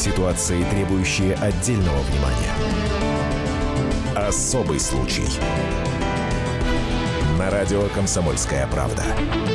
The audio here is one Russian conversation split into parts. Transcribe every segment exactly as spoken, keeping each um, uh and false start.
Ситуации, требующие отдельного внимания. Особый случай. На радио «Комсомольская правда».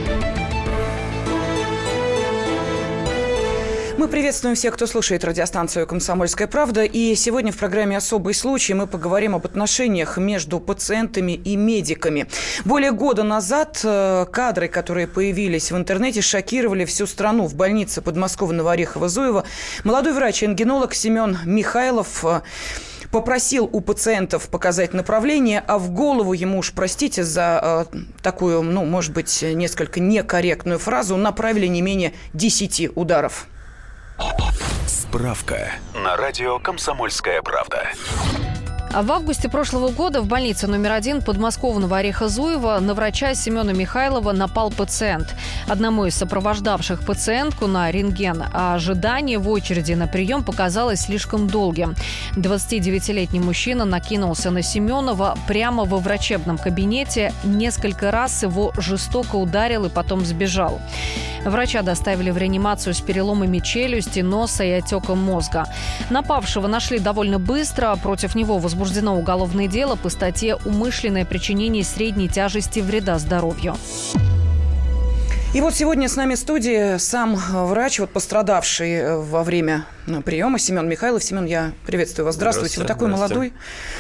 Мы приветствуем всех, кто слушает радиостанцию «Комсомольская правда». И сегодня в программе «Особый случай» мы поговорим об отношениях между пациентами и медиками. Более года назад кадры, которые появились в интернете, шокировали всю страну. В больнице подмосковного Орехово-Зуева молодой врач-ангинолог Семен Михайлов попросил у пациентов показать направление, а в голову ему, уж простите за э, такую, ну, может быть, несколько некорректную фразу, направили не менее десяти ударов. Справка на радио «Комсомольская правда». В августе прошлого года в больнице номер один подмосковного Орехо-Зуева на врача Семена Михайлова напал пациент. Одному из сопровождавших пациентку на рентген ожидание в очереди на прием показалось слишком долгим. двадцатидевятилетний мужчина накинулся на Семенова прямо во врачебном кабинете, несколько раз его жестоко ударил и потом сбежал. Врача доставили в реанимацию с переломами челюсти, носа и отеком мозга. Напавшего нашли довольно быстро. Против него возбуждено уголовное дело по статье «Умышленное причинение средней тяжести вреда здоровью». И вот сегодня с нами в студии сам врач, вот пострадавший во время приема, Семен Михайлов. Семен, я приветствую вас. Здравствуйте. Вы такой молодой.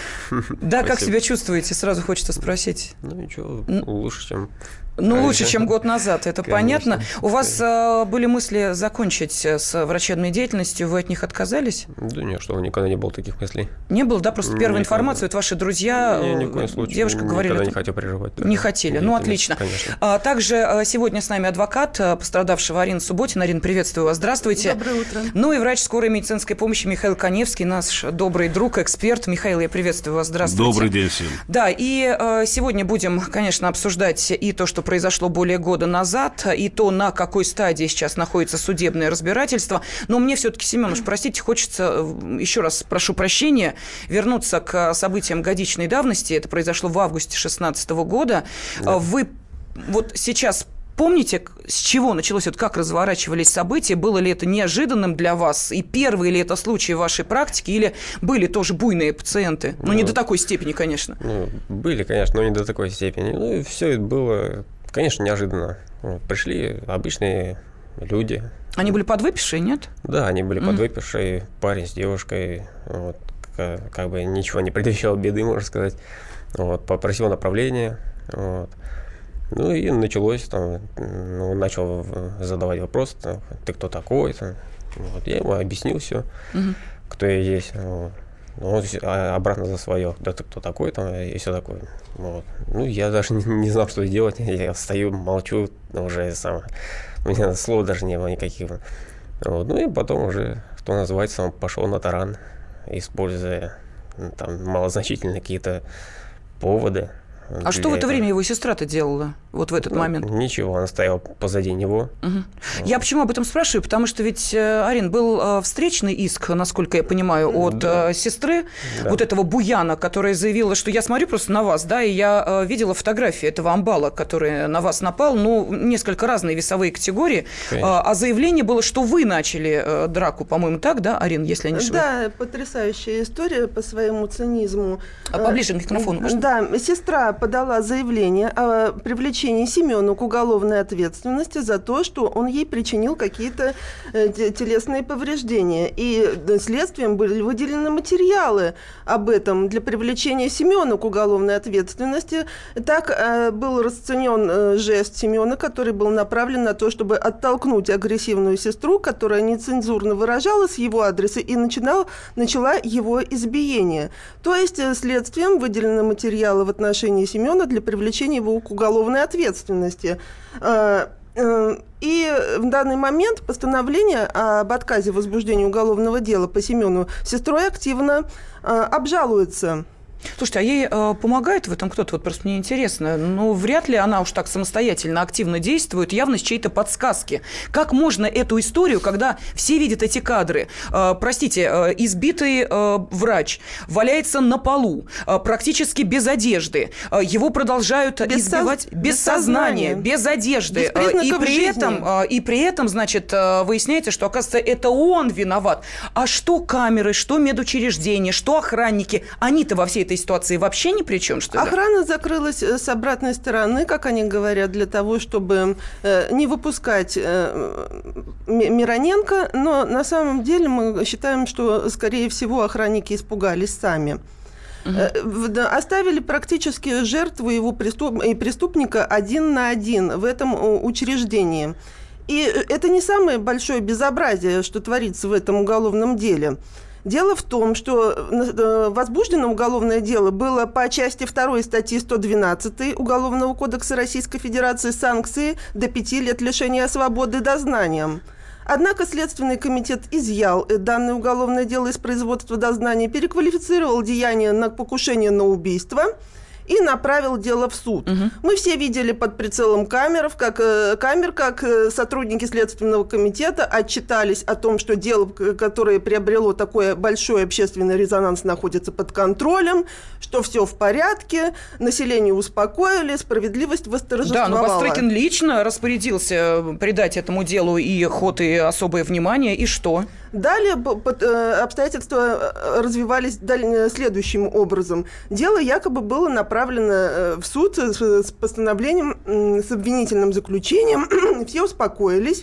Да, как себя чувствуете? Сразу хочется спросить. Ну, ничего, лучше, чем... Ну, лучше, чем год назад, это конечно, понятно. У вас а, были мысли закончить с врачебной деятельностью, вы от них отказались? Да нет, что, никогда не было таких мыслей. Не было, да? Просто первую информацию, вот ваши друзья, не, ни в коем случае, девушка говорили... Никогда не хотел переживать. Не хотели, нет, ну, отлично. А, также сегодня с нами адвокат пострадавшего Арина Субботина. Арина, приветствую вас, здравствуйте. Доброе утро. Ну и врач скорой медицинской помощи Михаил Каневский, наш добрый друг, эксперт. Михаил, я приветствую вас, здравствуйте. Добрый день всем. Да, и а, сегодня будем, конечно, обсуждать и то, что произошло более года назад, и то, на какой стадии сейчас находится судебное разбирательство. Но мне все-таки, Семен, уж простите, хочется, еще раз прошу прощения, вернуться к событиям годичной давности. Это произошло в августе две тысячи шестнадцатого года. Да. Вы вот сейчас помните, с чего началось, вот как разворачивались события? Было ли это неожиданным для вас? И первые ли это случаи в вашей практике? Или были тоже буйные пациенты? Ну, ну не до такой степени, конечно. Ну, были, конечно, но не до такой степени. Ну, и все это было... Конечно, неожиданно. Вот, пришли обычные люди. Они были подвыпившие, нет? Да, они были mm-hmm. подвыпившие, парень с девушкой. Вот, как, как бы ничего не предвещало беды, можно сказать. Вот, попросил направления. Вот. Ну и началось, там, ну, начал задавать вопросы, там, ты кто такой? Там. Вот, я ему объяснил все, mm-hmm. кто я есть. Вот. Он обратно за свое. Да ты кто такой там и все такое. Вот. Ну, я даже не, не знал, что делать. Я стою, молчу, уже сам. У меня слов даже не было никаких. Вот. Ну и потом уже, что называется, он пошел на таран, используя там малозначительные какие-то поводы. А что в это этого. время его сестра-то делала, вот в этот ну, момент? Ничего, она стояла позади него. Угу. Вот. Я почему об этом спрашиваю? Потому что ведь, Арин, был встречный иск, насколько я понимаю, от да. сестры да. вот этого буяна, которая заявила, что я смотрю просто на вас, да, и я видела фотографии этого амбала, который на вас напал, ну, несколько разные весовые категории, Конечно. а заявление было, что вы начали драку, по-моему, так, да, Арин, если я не ошибаюсь? Да, потрясающая история по своему цинизму. А поближе к микрофону, можно? Да, сестра подала заявление о привлечении Семена к уголовной ответственности за то, что он ей причинил какие-то телесные повреждения. И следствием были выделены материалы об этом для привлечения Семена к уголовной ответственности. Так был расценен жест Семена, который был направлен на то, чтобы оттолкнуть агрессивную сестру, которая нецензурно выражалась в его адресе и начинал, начала его избиение. То есть следствием выделены материалы в отношении Семена для привлечения его к уголовной ответственности. И в данный момент постановление об отказе в возбуждении уголовного дела по Семену сестрой активно обжалуется. Слушайте, а ей э, помогает в этом кто-то? Вот просто мне интересно. Ну, вряд ли она уж так самостоятельно, активно действует, явно с чьей-то подсказки. Как можно эту историю, когда все видят эти кадры, э, простите, э, избитый э, врач валяется на полу, э, практически без одежды, э, его продолжают без избивать со... без, без сознания, сознания, без одежды. без э, и, при жизни. этом, э, и при этом, значит, э, выясняется, что, оказывается, это он виноват. А что камеры, что медучреждения, что охранники? Они-то во всей этой ситуации вообще ни при чем, что ли? Охрана закрылась с обратной стороны, как они говорят, для того, чтобы э, не выпускать э, Мироненко, но на самом деле мы считаем, что, скорее всего, охранники испугались сами. Угу. Оставили практически жертву его преступ... и преступника один на один в этом учреждении. И это не самое большое безобразие, что творится в этом уголовном деле. Дело в том, что возбуждено уголовное дело было по части второй статьи сто двенадцать Уголовного кодекса Российской Федерации санкции до пяти лет лишения свободы дознанием. Однако Следственный комитет изъял данное уголовное дело из производства дознания, переквалифицировал деяние на покушение на убийство и направил дело в суд. Угу. Мы все видели под прицелом камер, как, камер, как сотрудники Следственного комитета отчитались о том, что дело, которое приобрело такой большой общественный резонанс, находится под контролем, что все в порядке, население успокоили, справедливость восторжествовала. Да, но Бастрыкин лично распорядился придать этому делу и ход, и особое внимание, и что? Далее обстоятельства развивались следующим образом. Дело якобы было направлено в суд с постановлением, с обвинительным заключением. Все успокоились.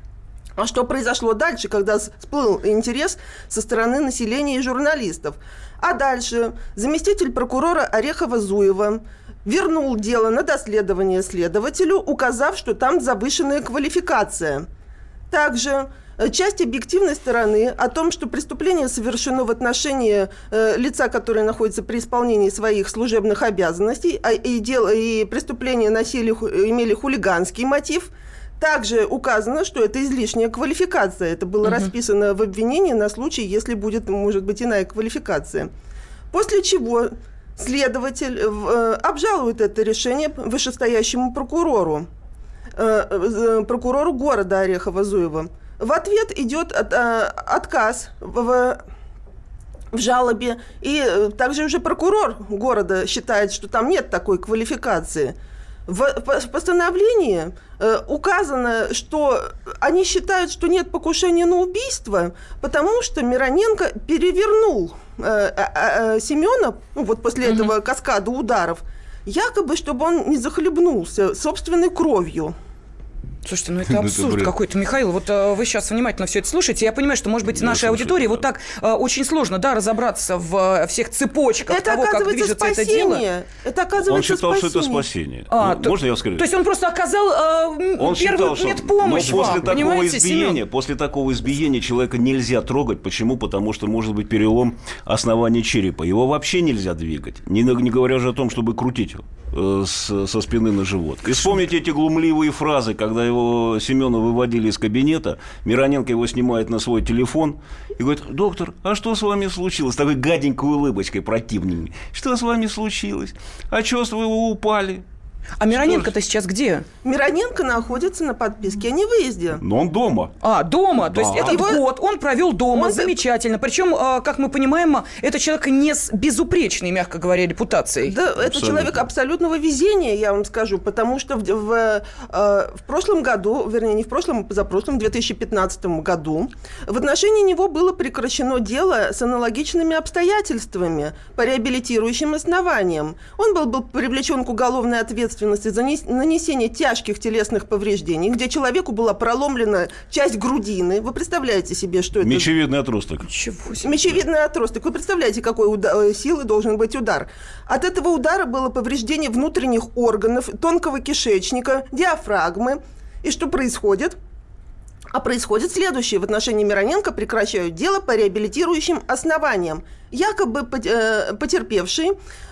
А что произошло дальше, когда всплыл интерес со стороны населения и журналистов? А дальше заместитель прокурора Орехова-Зуева вернул дело на доследование следователю, указав, что там завышенная квалификация. Также часть объективной стороны о том, что преступление совершено в отношении э, лица, которое находится при исполнении своих служебных обязанностей, а, и, дел, и преступления носили, имели хулиганский мотив. Также указано, что это излишняя квалификация. Это было угу. расписано в обвинении на случай, если будет, может быть, иная квалификация. После чего следователь э, обжалует это решение вышестоящему прокурору, э, прокурору города Орехова-Зуева. В ответ идет от, а, отказ в, в жалобе, и также уже прокурор города считает, что там нет такой квалификации. В, в постановлении э, указано, что они считают, что нет покушения на убийство, потому что Мироненко перевернул э, э, э, Семена, ну, вот после mm-hmm. этого каскада ударов, якобы, чтобы он не захлебнулся собственной кровью. Слушайте, ну это абсурд это какой-то, Михаил. Вот а, вы сейчас внимательно все это слушаете. Я понимаю, что, может быть, нашей аудитории да. вот так а, очень сложно, да, разобраться в а, всех цепочках это того, как движется спасение. это дело. Это оказывается Он считал, спасение. что это спасение. А, ну, то, можно я скажу? То есть он просто оказал а, он первую считал, медпомощь что, вам, после понимаете, такого избиения, Семен? после такого избиения человека нельзя трогать. Почему? Потому что может быть перелом основания черепа. Его вообще нельзя двигать. Не, не говоря уже о том, чтобы крутить э, с, со спины на живот. И вспомните эти глумливые фразы, когда его Семена выводили из кабинета, Мироненко его снимает на свой телефон и говорит: доктор, а что с вами случилось? С такой гаденькой улыбочкой противненькой. Что с вами случилось? А что вы упали? А Мироненко-то сейчас где? Мироненко находится на подписке о невыезде. Но он дома. А, дома. То да. есть этот Его... год он провел дома. Он... Замечательно. Причем, как мы понимаем, это человек не с безупречной, мягко говоря, репутацией. Да, абсолютно. Это человек абсолютного везения, я вам скажу. Потому что в, в, в прошлом году, вернее, не в прошлом, а позапрошлом, в две тысячи пятнадцатом году, в отношении него было прекращено дело с аналогичными обстоятельствами по реабилитирующим основаниям. Он был, был привлечен к уголовной ответственности за нанесение тяжких телесных повреждений, где человеку была проломлена часть грудины. Вы представляете себе, что это? Мечевидный отросток. Мечевидный отросток. Вы представляете, какой уда- силы должен быть удар. От этого удара было повреждение внутренних органов, тонкого кишечника, диафрагмы. И что происходит? А происходит следующее. В отношении Мироненко прекращают дело по реабилитирующим основаниям. Якобы потерпевший,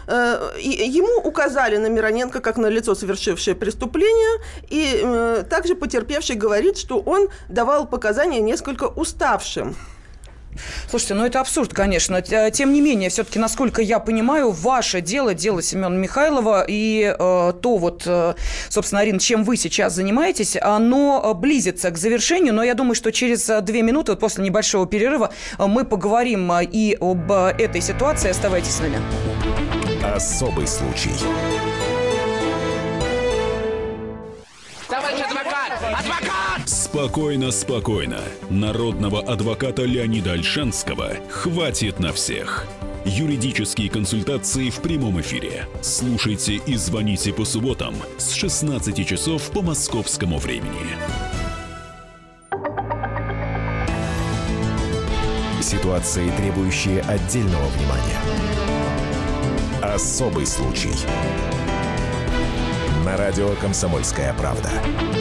ему указали на Мироненко как на лицо, совершившее преступление, и также потерпевший говорит, что он давал показания несколько уставшим. Слушайте, ну это абсурд, конечно. Тем не менее, все-таки, насколько я понимаю, ваше дело, дело Семена Михайлова, и э, то вот, э, собственно, Арина, чем вы сейчас занимаетесь, оно близится к завершению, но я думаю, что через две минуты, вот после небольшого перерыва, мы поговорим и об этой ситуации. Оставайтесь с нами. Особый случай. Товарищ адвокат! Адвокат! Спокойно, спокойно. Народного адвоката Леонида Ольшанского хватит на всех. Юридические консультации в прямом эфире. Слушайте и звоните по субботам с шестнадцати часов по московскому времени. Ситуации, требующие отдельного внимания. Особый случай. На радио «Комсомольская правда».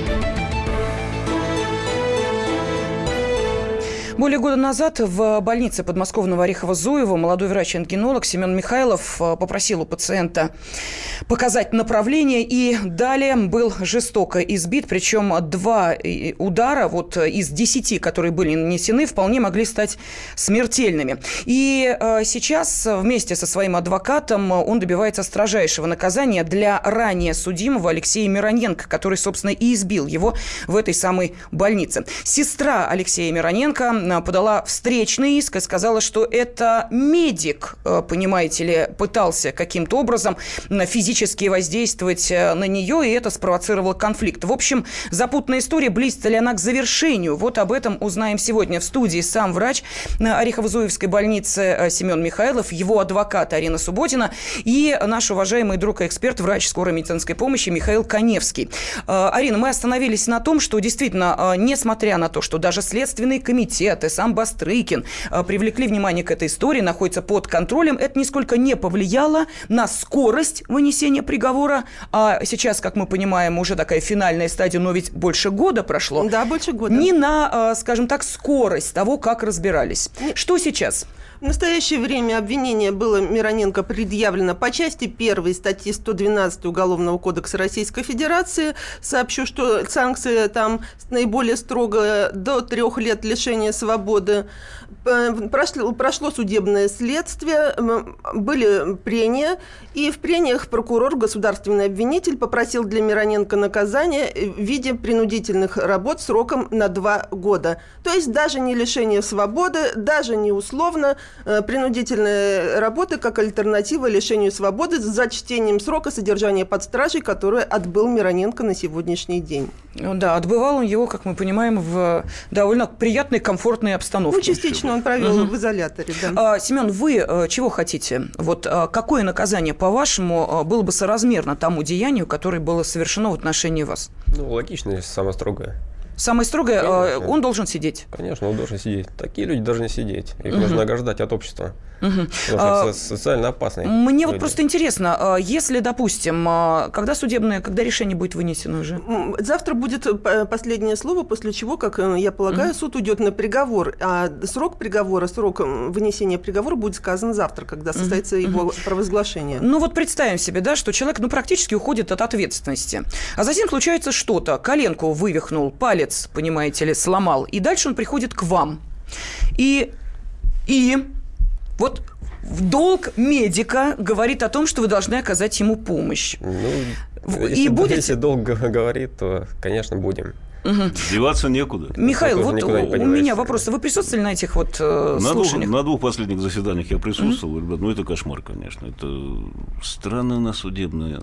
Более года назад в больнице подмосковного Орехово-Зуева молодой врач-рентгенолог Семен Михайлов попросил у пациента показать направление и далее был жестоко избит. Причем два удара вот из десяти, которые были нанесены, вполне могли стать смертельными. И сейчас вместе со своим адвокатом он добивается строжайшего наказания для ранее судимого Алексея Мироненко, который, собственно, и избил его в этой самой больнице. Сестра Алексея Мироненко подала встречный иск и сказала, что это медик, понимаете ли, пытался каким-то образом физически воздействовать на нее, и это спровоцировало конфликт. В общем, запутанная история, близится ли она к завершению? Вот об этом узнаем сегодня в студии сам врач Орехово-Зуевской больницы Семен Михайлов, его адвокат Арина Субботина и наш уважаемый друг и эксперт, врач скорой медицинской помощи Михаил Каневский. Арина, мы остановились на том, что действительно, несмотря на то, что даже Следственный комитет и сам Бастрыкин привлекли внимание к этой истории, находится под контролем, это нисколько не повлияло на скорость вынесения приговора. А сейчас, как мы понимаем, уже такая финальная стадия, но ведь больше года прошло. Да, больше года. Не на, скажем так, скорость того, как разбирались. Что сейчас? В настоящее время обвинение было Мироненко предъявлено по части первой статьи сто двенадцать Уголовного кодекса Российской Федерации. Сообщу, что санкция там наиболее строгая, до трех лет лишения свободы. Прошло, прошло судебное следствие, были прения, и в прениях прокурор, государственный обвинитель, попросил для Мироненко наказание в виде принудительных работ сроком на два года. То есть даже не лишение свободы, даже не условно, принудительная работа как альтернатива лишению свободы за чтением срока содержания под стражей, который отбыл Мироненко на сегодняшний день. Да, отбывал он его, как мы понимаем, в довольно приятной, комфортной обстановке. Ну, частично он провел угу. в изоляторе, да. А, Семен, вы чего хотите? Вот какое наказание, по-вашему, было бы соразмерно тому деянию, которое было совершено в отношении вас? Ну, логично, самое строгое. Самое строгое, Конечно. Он должен сидеть? Конечно, он должен сидеть. Такие люди должны сидеть. Их угу. нужно ограждать от общества. Угу. Потому что социально опасные Мне люди. Вот просто интересно, если, допустим, когда судебное, когда решение будет вынесено уже? Завтра будет последнее слово, после чего, как я полагаю, угу. суд уйдет на приговор. А срок приговора, срок вынесения приговора будет сказан завтра, когда состоится угу. его провозглашение. Ну вот представим себе, да, что человек ну, практически уходит от ответственности. А затем случается что-то. Коленку вывихнул, палец, понимаете ли, сломал. И дальше он приходит к вам. И... И... Вот долг медика говорит о том, что вы должны оказать ему помощь. Ну, и если, будет... если долг говорит, то, конечно, будем. Угу. Деваться некуда. Михаил, вот у меня вопрос. Вы присутствовали на этих вот э, на слушаниях? Двух, на двух последних заседаниях я присутствовал. Угу. Ребят, ну, это кошмар, конечно. Это странное у нас судебное...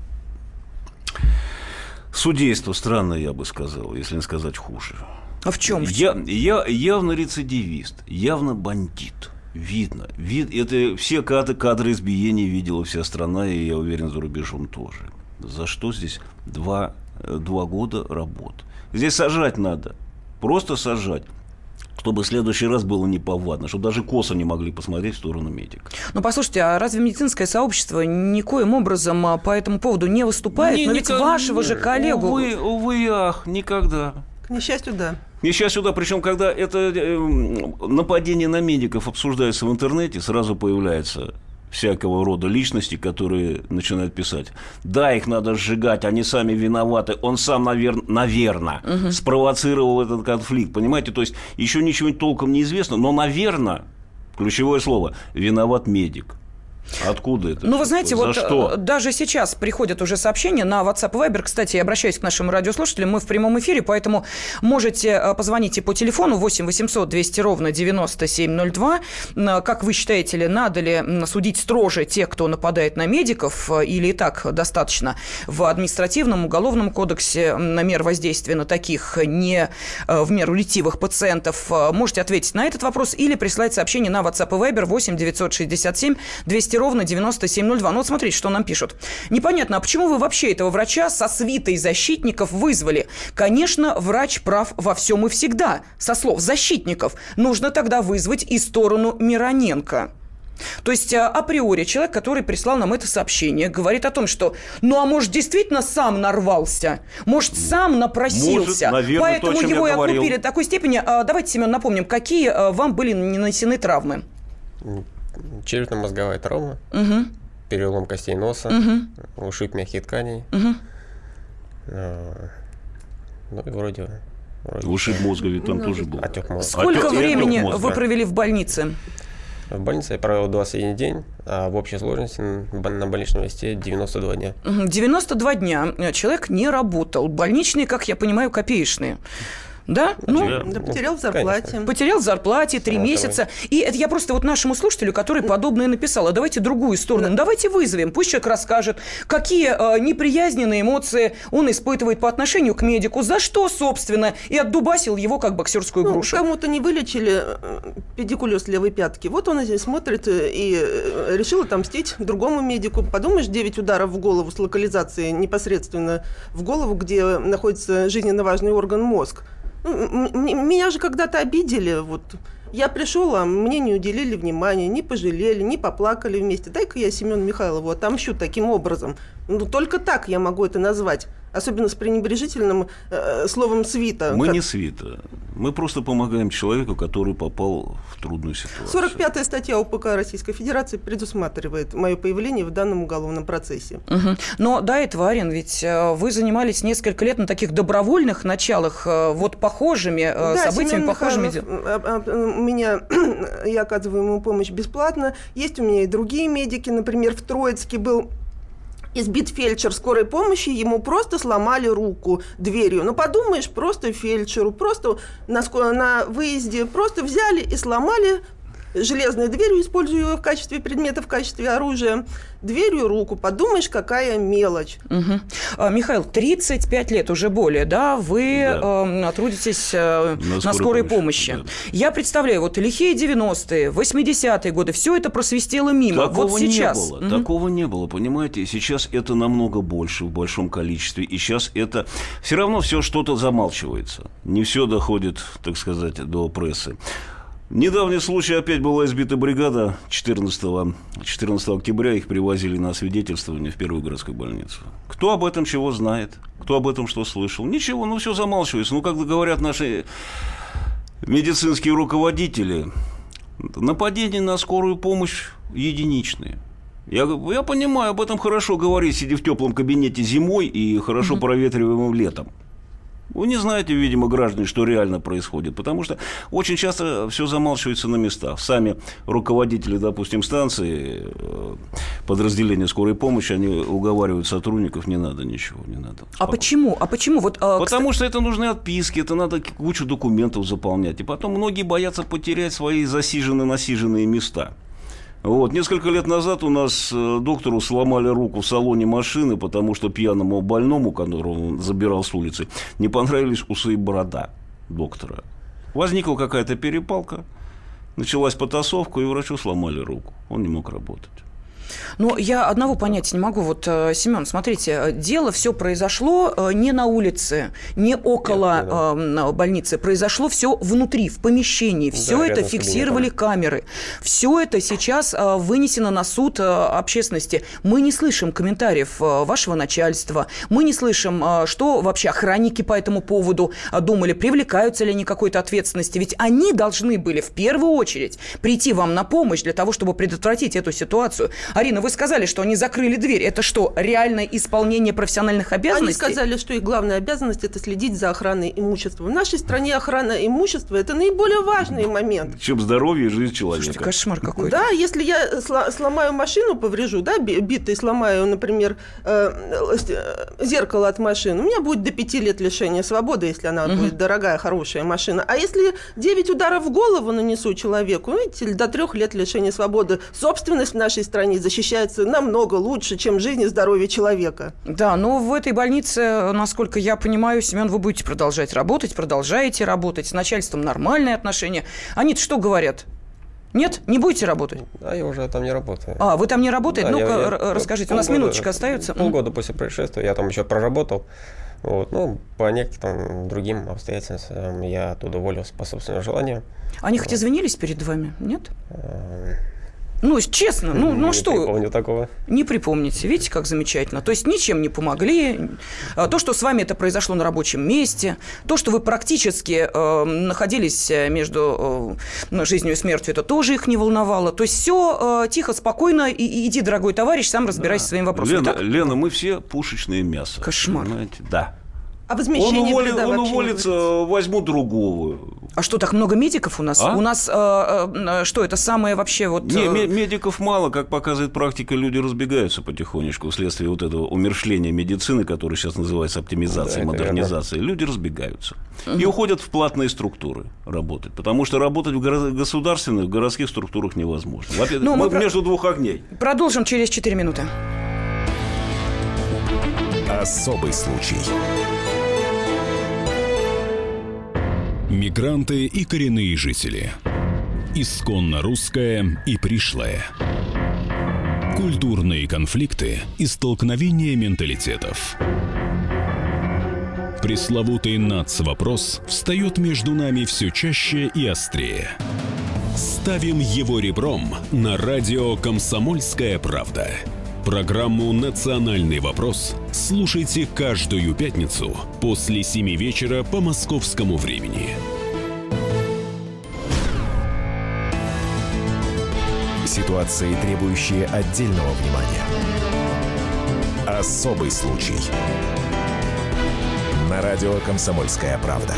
Судейство странное, я бы сказал, если не сказать хуже. А в чем? Я, я явно рецидивист, явно бандит. Видно. Вид, это все кадры, кадры избиений видела вся страна, и, я уверен, за рубежом тоже. За что здесь два, два года работ? Здесь сажать надо. Просто сажать. Чтобы в следующий раз было неповадно, чтобы даже косо не могли посмотреть в сторону медика. Ну, послушайте, а разве медицинское сообщество никоим образом по этому поводу не выступает? Не, Но никогда, ведь вашего же коллегу... Увы, увы, ах, никогда. К несчастью, да. К несчастью, да. Причем, когда это э, нападение на медиков обсуждается в интернете, сразу появляется всякого рода личностей, которые начинают писать. Да, их надо сжигать, они сами виноваты. Он сам, навер... наверное, угу. спровоцировал этот конфликт. Понимаете, то есть еще ничего толком не известно, но, наверное, ключевое слово, виноват медик. Откуда это? Ну, вы знаете, За вот что? Даже сейчас приходят уже сообщения на WhatsApp и Viber. Кстати, я обращаюсь к нашим радиослушателям. Мы в прямом эфире, поэтому можете позвонить и по телефону восемь восемьсот двести ровно девяносто семь ноль два. Как вы считаете, ли, надо ли судить строже тех, кто нападает на медиков, или и так достаточно в административном, уголовном кодексе на мер воздействия на таких не в меру ретивых пациентов? Можете ответить на этот вопрос или прислать сообщение на WhatsApp и Viber восемь девятьсот шестьдесят семь двести ровно девяносто семь ноль два. Ну вот смотрите, что нам пишут. Непонятно, а почему вы вообще этого врача со свитой защитников вызвали? Конечно, врач прав во всем и всегда. Со слов защитников. Нужно тогда вызвать и сторону Мироненко. То есть априори человек, который прислал нам это сообщение, говорит о том, что ну а может действительно сам нарвался, может сам напросился, может, наверное, поэтому то, его и отлупили до такой степени. Давайте, Семен, напомним, какие вам были нанесены травмы? Черепно-мозговая травма, угу. перелом костей носа, угу. ушиб мягких тканей. Угу. А, ну и вроде... вроде ушиб мозга ведь там ну, тоже был. Отек мозга. Сколько отек, времени отек вы провели в больнице? В больнице я провел двадцать один день, а в общей сложности на больничном листе девяносто два дня. девяносто два дня человек не работал. Больничные, как я понимаю, копеечные. Да? Ну, да, потерял в зарплате. Конечно. Потерял в зарплате три месяца. И это я просто вот нашему слушателю, который подобное написал, а давайте другую сторону. Да. Ну, давайте вызовем, пусть человек расскажет, какие э, неприязненные эмоции он испытывает по отношению к медику, за что, собственно, и отдубасил его как боксерскую ну, грушу. Кому-то не вылечили педикулез левой пятки. Вот он здесь смотрит и решил отомстить другому медику. Подумаешь, девять ударов в голову с локализацией непосредственно в голову, где находится жизненно важный орган мозг. Меня же когда-то обидели, вот. Я пришел, а мне не уделили внимания, не пожалели, не поплакали вместе. Дай-ка я Семену Михайлову отомщу таким образом. Ну, только так я могу это назвать. Особенно с пренебрежительным э, словом свита. Мы как... не свита. Мы просто помогаем человеку, который попал в трудную ситуацию. сорок пятая статья УПК Российской Федерации предусматривает мое появление в данном уголовном процессе. Угу. Но до этого, Арин, ведь вы занимались несколько лет на таких добровольных началах, вот похожими да, событиями, Семен похожими... Михайлов, у меня, я оказываю ему помощь бесплатно. Есть у меня и другие медики. Например, в Троицке был... избит фельдшер скорой помощи, ему просто сломали руку дверью. Ну, подумаешь, просто фельдшеру, просто на, на выезде просто взяли и сломали железной дверью, используя ее в качестве предмета, в качестве оружия, дверью руку. Подумаешь, какая мелочь. Угу. А, Михаил, тридцать пять лет, уже более, да, вы да. Э, трудитесь э, на, на скорой, скорой помощи. помощи. Да. Я представляю, вот лихие девяностые, восьмидесятые годы, все это просвистело мимо. Такого вот сейчас. не было, угу. такого не было, понимаете? Сейчас это намного больше, в большом количестве. И сейчас это... Все равно все что-то замалчивается. Не все доходит, так сказать, до прессы. Недавний случай, опять была избита бригада. четырнадцатого октября их привозили на освидетельствование в первую городскую больницу. Кто об этом чего знает? Кто об этом что слышал? Ничего, ну все замалчивается. Ну, как говорят наши медицинские руководители, нападения на скорую помощь единичные. Я, я понимаю, об этом хорошо говорить, сидя в теплом кабинете зимой и хорошо mm-hmm. проветриваемым летом. Вы не знаете, видимо, граждане, что реально происходит, потому что очень часто все замалчивается на местах. Сами руководители, допустим, станции, подразделения скорой помощи, они уговаривают сотрудников, не надо ничего, не надо. А почему? А почему? Вот, а, потому кстати... что это нужны отписки, это надо кучу документов заполнять. И потом многие боятся потерять свои засиженные-насиженные места. Вот. Несколько лет назад у нас доктору сломали руку в салоне машины, потому что пьяному больному, которого он забирал с улицы, не понравились усы и борода доктора. Возникла какая-то перепалка, началась потасовка, и врачу сломали руку. Он не мог работать. Но я одного понять не могу. Вот, Семен, смотрите, дело все произошло не на улице, не около Нет, да. больницы. Произошло все внутри, в помещении. Все да, это фиксировали камеры. Все это сейчас вынесено на суд общественности. Мы не слышим комментариев вашего начальства. Мы не слышим, что вообще охранники по этому поводу думали, привлекаются ли они к какой-то ответственности. Ведь они должны были в первую очередь прийти вам на помощь для того, чтобы предотвратить эту ситуацию. Арина, вы сказали, что они закрыли дверь. Это что, реальное исполнение профессиональных обязанностей? Они сказали, что их главная обязанность – это следить за охраной имущества. В нашей стране охрана имущества – это наиболее важный момент. Чем здоровье и жизнь человека. Слушайте, кошмар какой-то. Да, если я сломаю машину, поврежу, да, битой сломаю, например, зеркало от машины, у меня будет до пяти лет лишения свободы, если она угу. будет дорогая, хорошая машина. А если девять ударов в голову нанесу человеку, видите, до трех лет лишения свободы, собственность в нашей стране защищается намного лучше, чем жизнь и здоровье человека. Да, но в этой больнице, насколько я понимаю, Семен, вы будете продолжать работать, продолжаете работать, с начальством нормальные отношения. Они-то что говорят? Нет? Не будете работать? Да, я уже там не работаю. А, вы там не работаете? Да, Ну-ка, я, я, расскажите. полгода, У нас минуточка остается. Полгода после происшествия я там еще проработал. Вот, ну, по некоторым другим обстоятельствам я оттуда уволился по собственному желанию. Они хоть извинились перед вами? Нет? Ну, честно, ну, ну не что? Не припомню такого. Не припомните. Видите, как замечательно. То есть ничем не помогли. То, что с вами это произошло на рабочем месте, то, что вы практически э, находились между э, жизнью и смертью, это тоже их не волновало. То есть все э, тихо, спокойно. И, и иди, дорогой товарищ, сам разбирайся да. своим вопросом. Лена, так? Лена, мы все пушечное мясо. Кошмар. Понимаете? Да. А возмещение он, уволи, вреда он вообще уволится, возьму другого. А что, так много медиков у нас? А? У нас, э, э, что, это самое вообще вот... Не, э... медиков мало, как показывает практика, люди разбегаются потихонечку вследствие вот этого умершления медицины, которое сейчас называется оптимизацией, да, модернизацией. Люди разбегаются. Угу. И уходят в платные структуры работать, потому что работать в горо- государственных, в городских структурах невозможно. Ну, мы, мы между двух огней. Продолжим через четыре минуты. Особый случай. Мигранты и коренные жители. Исконно русское и пришлое. Культурные конфликты и столкновения менталитетов. Пресловутый нацвопрос встает между нами все чаще и острее. Ставим его ребром на радио «Комсомольская правда». Программу «Национальный вопрос» слушайте каждую пятницу после семи вечера по московскому времени. Ситуации, требующие отдельного внимания. Особый случай. На радио «Комсомольская правда».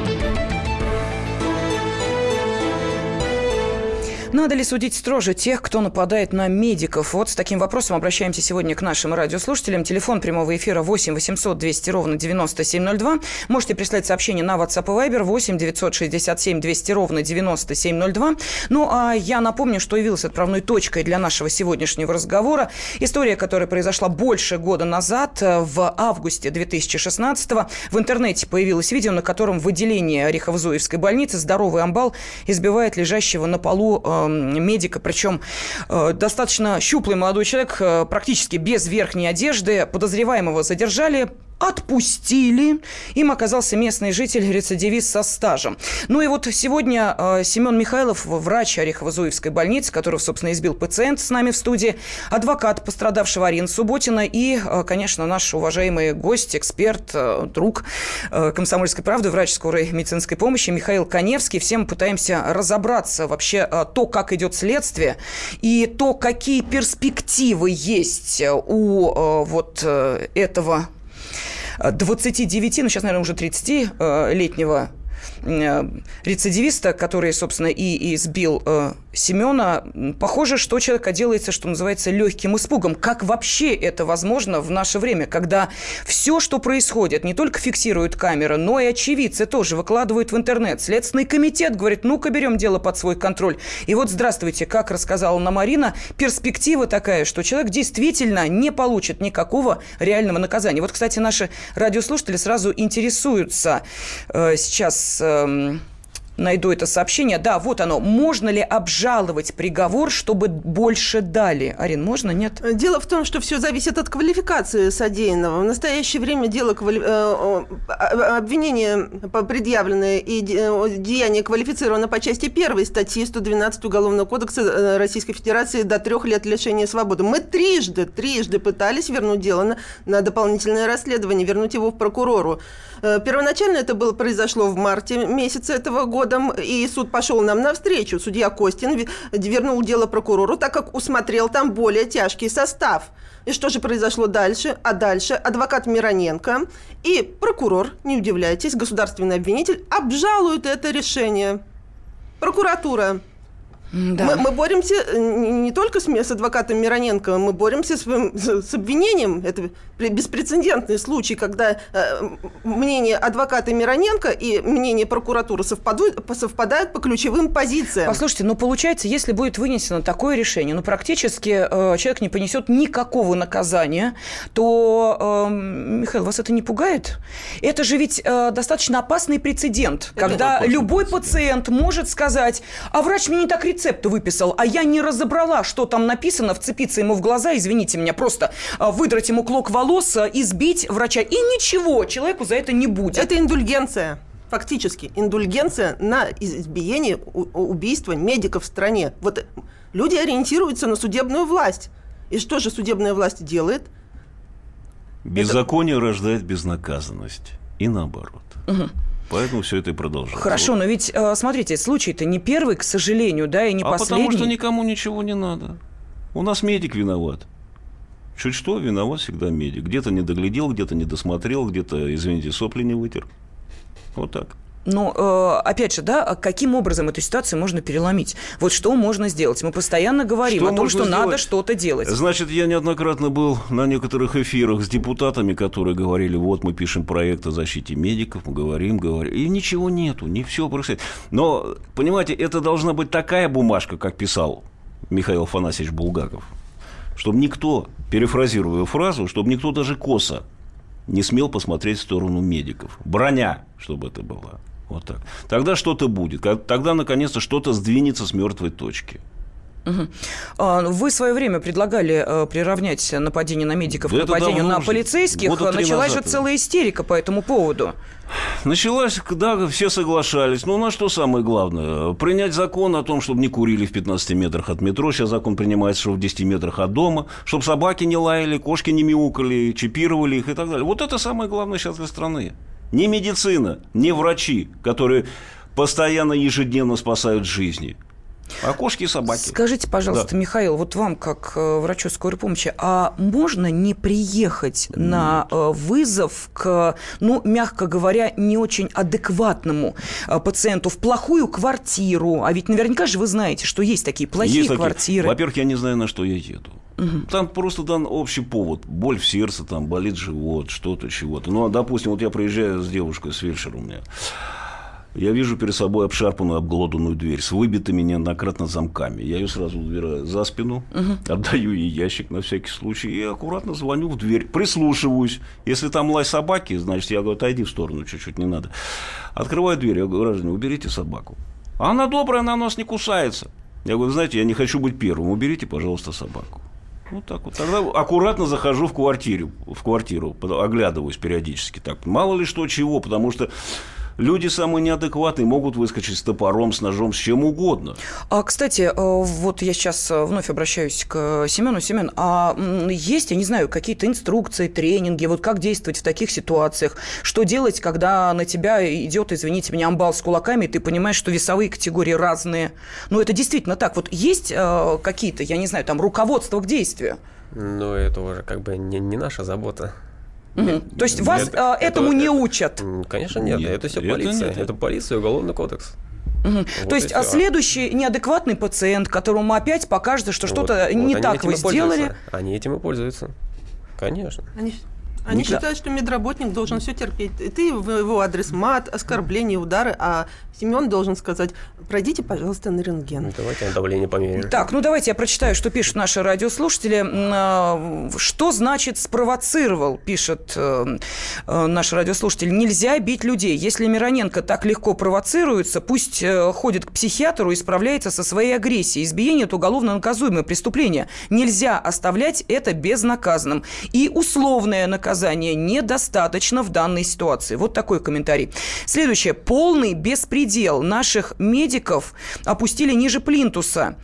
Надо ли судить строже тех, кто нападает на медиков? Вот с таким вопросом обращаемся сегодня к нашим радиослушателям. Телефон прямого эфира восемь восемьсот двести ровно девяносто семь ноль два. Можете прислать сообщение на WhatsApp и Viber восемь девятьсот шестьдесят семь двести ровно девяносто семь ноль два. Ну, а я напомню, что явилась отправной точкой для нашего сегодняшнего разговора история, которая произошла больше года назад, в августе две тысячи шестнадцатого. В интернете появилось видео, на котором в отделении Орехово-Зуевской больницы здоровый амбал избивает лежащего на полу медика, причем э, достаточно щуплый молодой человек, э, практически без верхней одежды. Подозреваемого задержали, отпустили. Им оказался местный житель, рецидивист со стажем. Ну и вот сегодня э, Семен Михайлов, врач Орехово-Зуевской больницы, которого, собственно, избил пациент, с нами в студии, адвокат пострадавшего Арина Субботина и, э, конечно, наш уважаемый гость, эксперт, э, друг э, «Комсомольской правды», врач скорой медицинской помощи Михаил Каневский. Все мы пытаемся разобраться вообще э, то, как идет следствие, и то, какие перспективы есть у э, вот э, этого двадцати девяти, ну сейчас, наверное, уже тридцатилетнего рецидивиста, который, собственно, и избил э, Семена. Похоже, что человек отделается, что называется, легким испугом. Как вообще это возможно в наше время, когда все, что происходит, не только фиксируют камеры, но и очевидцы тоже выкладывают в интернет. Следственный комитет говорит, ну-ка берем дело под свой контроль. И вот, здравствуйте, как рассказала нам Марина, перспектива такая, что человек действительно не получит никакого реального наказания. Вот, кстати, наши радиослушатели сразу интересуются э, сейчас... Э, найду это сообщение. Да, вот оно. Можно ли обжаловать приговор, чтобы больше дали? Арин, можно, нет? Дело в том, что все зависит от квалификации содеянного. В настоящее время дело квали... обвинение предъявленное и деяние квалифицировано по части первой статьи сто двенадцать Уголовного кодекса Российской Федерации до трех лет лишения свободы. Мы трижды, трижды пытались вернуть дело на, на дополнительное расследование, вернуть его в прокурору. Первоначально это было, произошло в марте месяце этого года. И суд пошел нам навстречу. Судья Костин вернул дело прокурору, так как усмотрел там более тяжкий состав. И что же произошло дальше? А дальше адвокат Мироненко и прокурор, не удивляйтесь, государственный обвинитель, обжалуют это решение. Прокуратура. Да. Мы, мы боремся не только с, с адвокатом Мироненко, мы боремся с, с обвинением. Это беспрецедентный случай, когда э, мнение адвоката Мироненко и мнение прокуратуры совпадают, совпадают по ключевым позициям. Послушайте, ну получается, если будет вынесено такое решение, ну практически э, человек не понесет никакого наказания, то, э, Михаил, вас это не пугает? Это же ведь э, достаточно опасный прецедент, это когда любой прецедент. Пациент может сказать: а врач мне не так рецепт выписал, а я не разобрала, что там написано, вцепиться ему в глаза, извините меня, просто выдрать ему клок волос, избить врача, и ничего, человеку за это не будет. Это индульгенция. Фактически индульгенция на избиение, убийство медиков в стране. Вот люди ориентируются на судебную власть. И что же судебная власть делает? Беззаконие это... рождает безнаказанность. И наоборот. Угу. Поэтому все это и продолжается. Хорошо, вот. Но ведь, смотрите, случай-то не первый, к сожалению, да, и не а последний. Потому что никому ничего не надо. У нас медик виноват. Чуть что, виноват всегда медик. Где-то не доглядел, где-то не досмотрел, где-то, извините, сопли не вытер. Вот так. Ну, э, опять же, да, каким образом эту ситуацию можно переломить? Вот что можно сделать? Мы постоянно говорим что о том, что сделать? Надо что-то делать. Значит, я неоднократно был на некоторых эфирах с депутатами, которые говорили: вот мы пишем проект о защите медиков, мы говорим, говорим, и ничего нету, не все происходит. Но, понимаете, это должна быть такая бумажка, как писал Михаил Афанасьевич Булгаков, чтобы никто, перефразируя фразу, чтобы никто даже косо не смел посмотреть в сторону медиков. Броня, чтобы это была. Вот так. Тогда что-то будет. Тогда, наконец-то, что-то сдвинется с мертвой точки. Угу. Вы в свое время предлагали приравнять нападение на медиков да к нападению на полицейских. Началась же целая истерика по этому поводу. Началась, когда все соглашались. Ну, на что самое главное? Принять закон о том, чтобы не курили в пятнадцати метрах от метро. Сейчас закон принимается, что в десяти метрах от дома. Чтобы собаки не лаяли, кошки не мяукали, чипировали их и так далее. Вот это самое главное сейчас для страны. Не медицина, не врачи, которые постоянно, ежедневно спасают жизни. А кошки и собаки. Скажите, пожалуйста, да. Михаил, вот вам, как э, врачу скорой помощи, а можно не приехать Нет. на э, вызов к, ну, мягко говоря, не очень адекватному э, пациенту в плохую квартиру? А ведь наверняка же вы знаете, что есть такие плохие есть квартиры. Такие. Во-первых, я не знаю, на что я еду. Угу. Там просто дан общий повод. Боль в сердце, там болит живот, что-то, чего-то. Ну, допустим, вот я приезжаю с девушкой, с фельдшером у меня. Я вижу перед собой обшарпанную, обглоданную дверь с выбитыми неоднократно замками. Я ее сразу убираю за спину, угу. отдаю ей ящик на всякий случай и аккуратно звоню в дверь, прислушиваюсь. Если там лай собаки, значит, я говорю: отойди в сторону чуть-чуть, не надо. Открываю дверь, я говорю: граждане, уберите собаку. А она добрая, она нас не кусается. Я говорю: знаете, я не хочу быть первым, уберите, пожалуйста, собаку. Вот так вот. Тогда аккуратно захожу в квартиру, в квартиру, оглядываюсь периодически. Так, мало ли что чего, потому что люди самые неадекватные могут выскочить с топором, с ножом, с чем угодно. А, кстати, вот я сейчас вновь обращаюсь к Семену. Семен, а есть, я не знаю, какие-то инструкции, тренинги, вот как действовать в таких ситуациях? Что делать, когда на тебя идет, извините меня, амбал с кулаками, и ты понимаешь, что весовые категории разные? Ну, это действительно так. Вот есть э, какие-то, я не знаю, там, руководства к действию? Ну, это уже как бы не, не наша забота. Угу. То есть вас нет, а, этому это, не учат? Конечно, нет. нет это все это полиция. Нет. Это полиция и уголовный кодекс. Угу. Вот То есть а следующий неадекватный пациент, которому опять покажется, что вот, что-то вот, не так вы сделали. Они этим и пользуются. Конечно. Они, Они Никак. считают, что медработник должен все терпеть. И ты в его адрес мат, оскорбления, удары, а Семен должен сказать: пройдите, пожалуйста, на рентген. Давайте на давление померяем. Так, ну давайте я прочитаю, что пишут наши радиослушатели. Что значит спровоцировал, пишет э, э, наш радиослушатель. Нельзя бить людей. Если Мироненко так легко провоцируется, пусть э, ходит к психиатру и справляется со своей агрессией. Избиение – это уголовно наказуемое преступление. Нельзя оставлять это безнаказанным. И условное наказание недостаточно в данной ситуации. Вот такой комментарий. Следующее. Полный беспредел. Наших медиков опустили ниже плинтуса.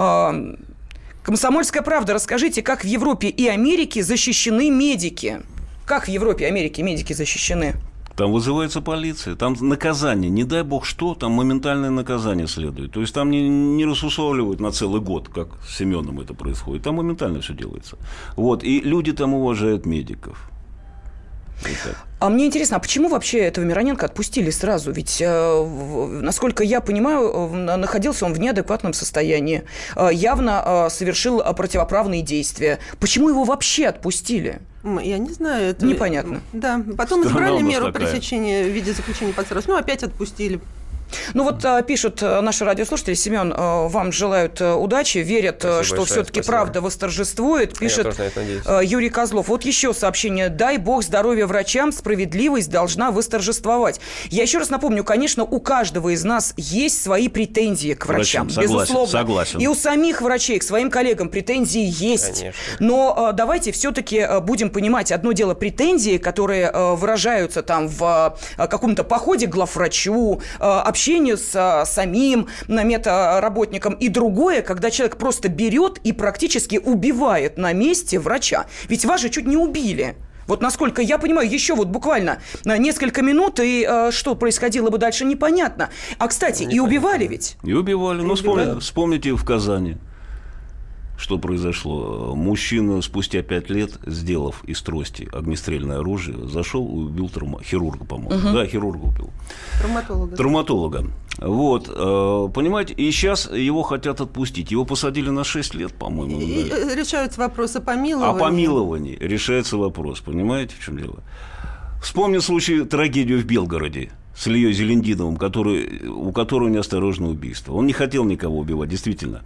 «Комсомольская правда», расскажите, как в Европе и Америке защищены медики? Как в Европе и Америке медики защищены? Там вызывается полиция, там наказание, не дай бог что, там моментальное наказание следует. То есть там не, не рассусоливают на целый год, как с Семеном это происходит. Там моментально все делается. Вот. И люди там уважают медиков. Вот а мне интересно, а почему вообще этого Мироненко отпустили сразу? Ведь, э, насколько я понимаю, э, находился он в неадекватном состоянии, э, явно э, совершил противоправные действия. Почему его вообще отпустили? Я не знаю. Это... Непонятно. Да, потом Страна избрали у нас меру такая. пресечения в виде заключения под стражу, ну опять отпустили. Ну вот а, пишут а, наши радиослушатели: Семен, а, вам желают а, удачи, верят, а, Спасибо что большое, все-таки спасибо. правда восторжествует. Пишет Я тоже на это надеюсь. а, Юрий Козлов. Вот еще сообщение. Дай бог здоровья врачам, справедливость должна восторжествовать. Я еще раз напомню, конечно, у каждого из нас есть свои претензии к врачам. Врачам, согласен, безусловно. согласен. И у самих врачей к своим коллегам претензии есть. Конечно. Но а, давайте все-таки а, будем понимать, одно дело претензии, которые а, выражаются там в а, каком-то походе к главврачу, а, общению с а, самим медработником, и другое, когда человек просто берет и практически убивает на месте врача. Ведь вас же чуть не убили. Вот насколько я понимаю, еще вот буквально несколько минут, и э, что происходило бы дальше, непонятно. А, кстати, непонятно. И убивали ведь? И убивали. Ну, убивали. вспомните, вспомните в Казани, что произошло. Мужчина спустя пять лет, сделав из трости огнестрельное оружие, зашел и убил травма... хирурга, по-моему. Угу. Да, хирурга убил. Травматолога. Травматолога. Вот. Понимаете, и сейчас его хотят отпустить. Его посадили на шесть лет, по-моему. И да. Решаются вопросы о помиловании. О помиловании решается вопрос. Понимаете, в чем дело? Вспомню случай, трагедию в Белгороде с Ильей Зелендиновым, который, у которого неосторожное убийство. Он не хотел никого убивать, действительно.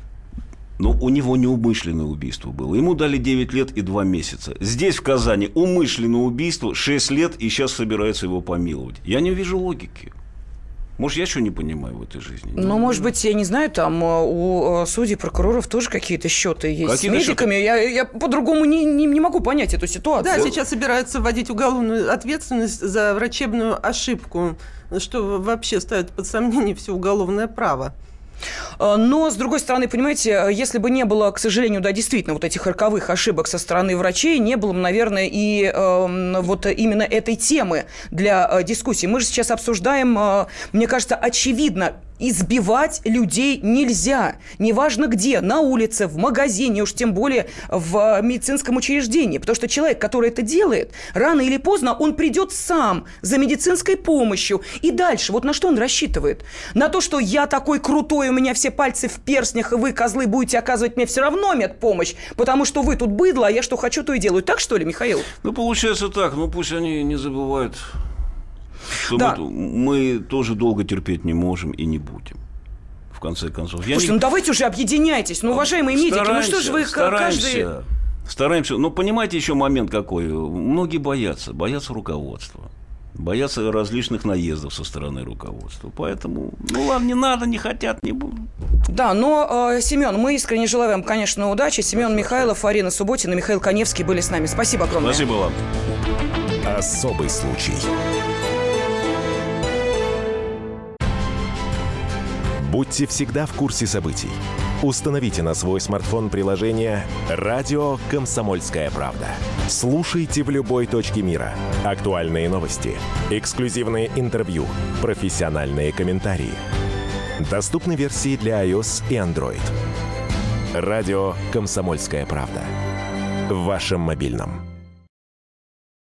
Но у него неумышленное убийство было. Ему дали девять лет и два месяца. Здесь, в Казани, умышленное убийство шесть лет, и сейчас собираются его помиловать. Я не вижу логики. Может, я что не понимаю в этой жизни? Ну, может быть, я не знаю, там у судей, прокуроров тоже какие-то счеты есть какие-то с медиками. Я, я по-другому не, не, не могу понять эту ситуацию. Да, сейчас собираются вводить уголовную ответственность за врачебную ошибку, что вообще ставит под сомнение все уголовное право. Но, с другой стороны, понимаете, если бы не было, к сожалению, да, действительно, вот этих роковых ошибок со стороны врачей, не было бы, наверное, и э, вот именно этой темы для э, дискуссии. Мы же сейчас обсуждаем, э, мне кажется, очевидно, избивать людей нельзя. Неважно где, на улице, в магазине, уж тем более в медицинском учреждении. Потому что человек, который это делает, рано или поздно он придет сам за медицинской помощью. И дальше, вот на что он рассчитывает? На то, что я такой крутой, у меня все пальцы в перстнях, и вы, козлы, будете оказывать мне все равно медпомощь, потому что вы тут быдло, а я что хочу, то и делаю. Так, что ли, Михаил? Ну, получается так. Ну, пусть они не забывают... Что да. мы, мы тоже долго терпеть не можем и не будем. В конце концов. Слушайте, не... ну давайте уже объединяйтесь. Ну, уважаемые медики, ну что же вы стараемся, каждый... Стараемся. Но понимаете еще момент какой? Многие боятся. Боятся руководства. Боятся различных наездов со стороны руководства. Поэтому, ну ладно, не надо, не хотят, не будут. Да, но, э, Семен, мы искренне желаем, конечно, удачи. Семен Спасибо. Михайлов, Арина Субботина, Михаил Каневский были с нами. Спасибо огромное. Спасибо вам. Особый случай. Будьте всегда в курсе событий. Установите на свой смартфон приложение «Радио Комсомольская правда». Слушайте в любой точке мира. Актуальные новости, эксклюзивные интервью, профессиональные комментарии. Доступны версии для iOS и Android. «Радио Комсомольская правда». В вашем мобильном.